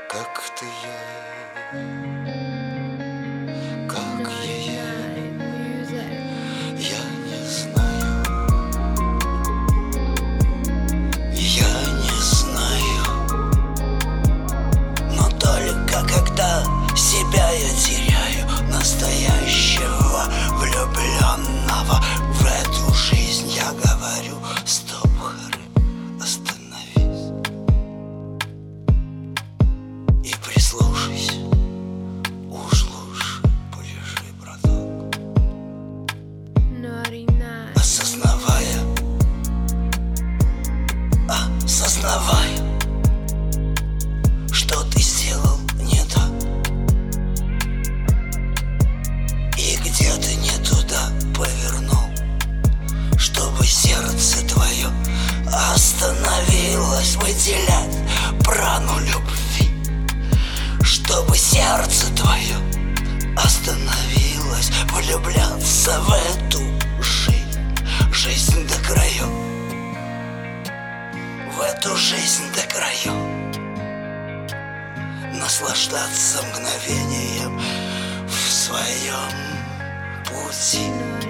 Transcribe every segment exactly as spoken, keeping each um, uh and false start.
как ты я, как я, я не знаю, я не знаю, но только когда себя я теряю, настоящего влюбленного в эту жизнь, я говорю: стоп, Харе, остановись и прислушайся, уж лучше полежи, браток, осознавая, осознавая, что ты сделал не так, и где ты не туда повернул, чтобы сердце твое остановилось выделять прану любви, чтобы сердце твое остановилось влюбляться в эту жизнь, жизнь до краев, в эту жизнь до краев, наслаждаться мгновением в своем пути.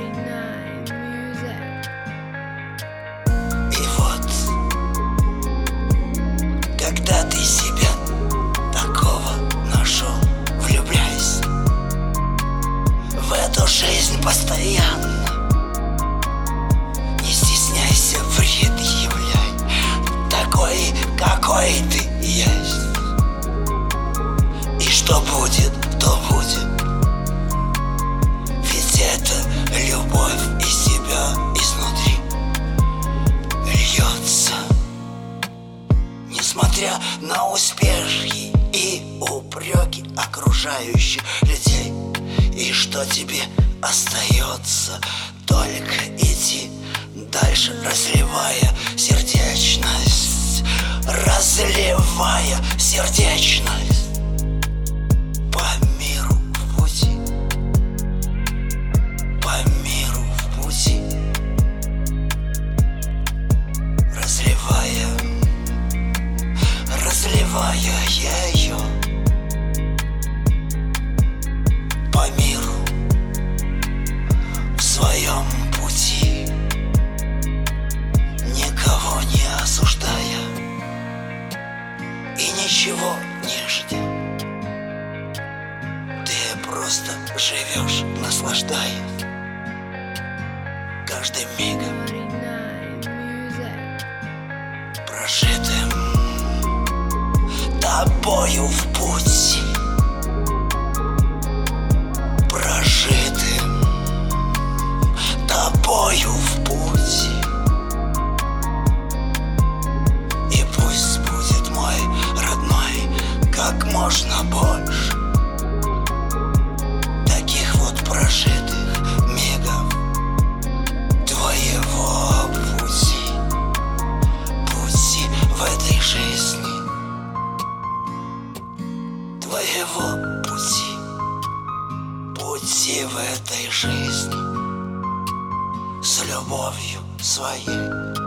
И вот, когда ты себя такого нашел, влюбляйся в эту жизнь постоянно, не стесняйся, вред являй такой, какой ты есть. И что будет, то будет, ведь это любовь из тебя изнутри льется. Несмотря на успехи и упреки окружающих людей, и что тебе остается? Только идти дальше, разливая сердечность, разливая сердечность по миру в пути, по миру в пути, разливая, разливая ее по миру в своем пути, никого не осуждая и ничего не ждя. Ты просто живешь, наслаждаясь каждым мигом прожитым тобою в пути, прожитым тобою в пути. И пусть будет, мой родной, как можно больше таких вот прожитых мигов твоего пути, пути в этой жизни, твоего пути, пути в этой жизни с любовью своей.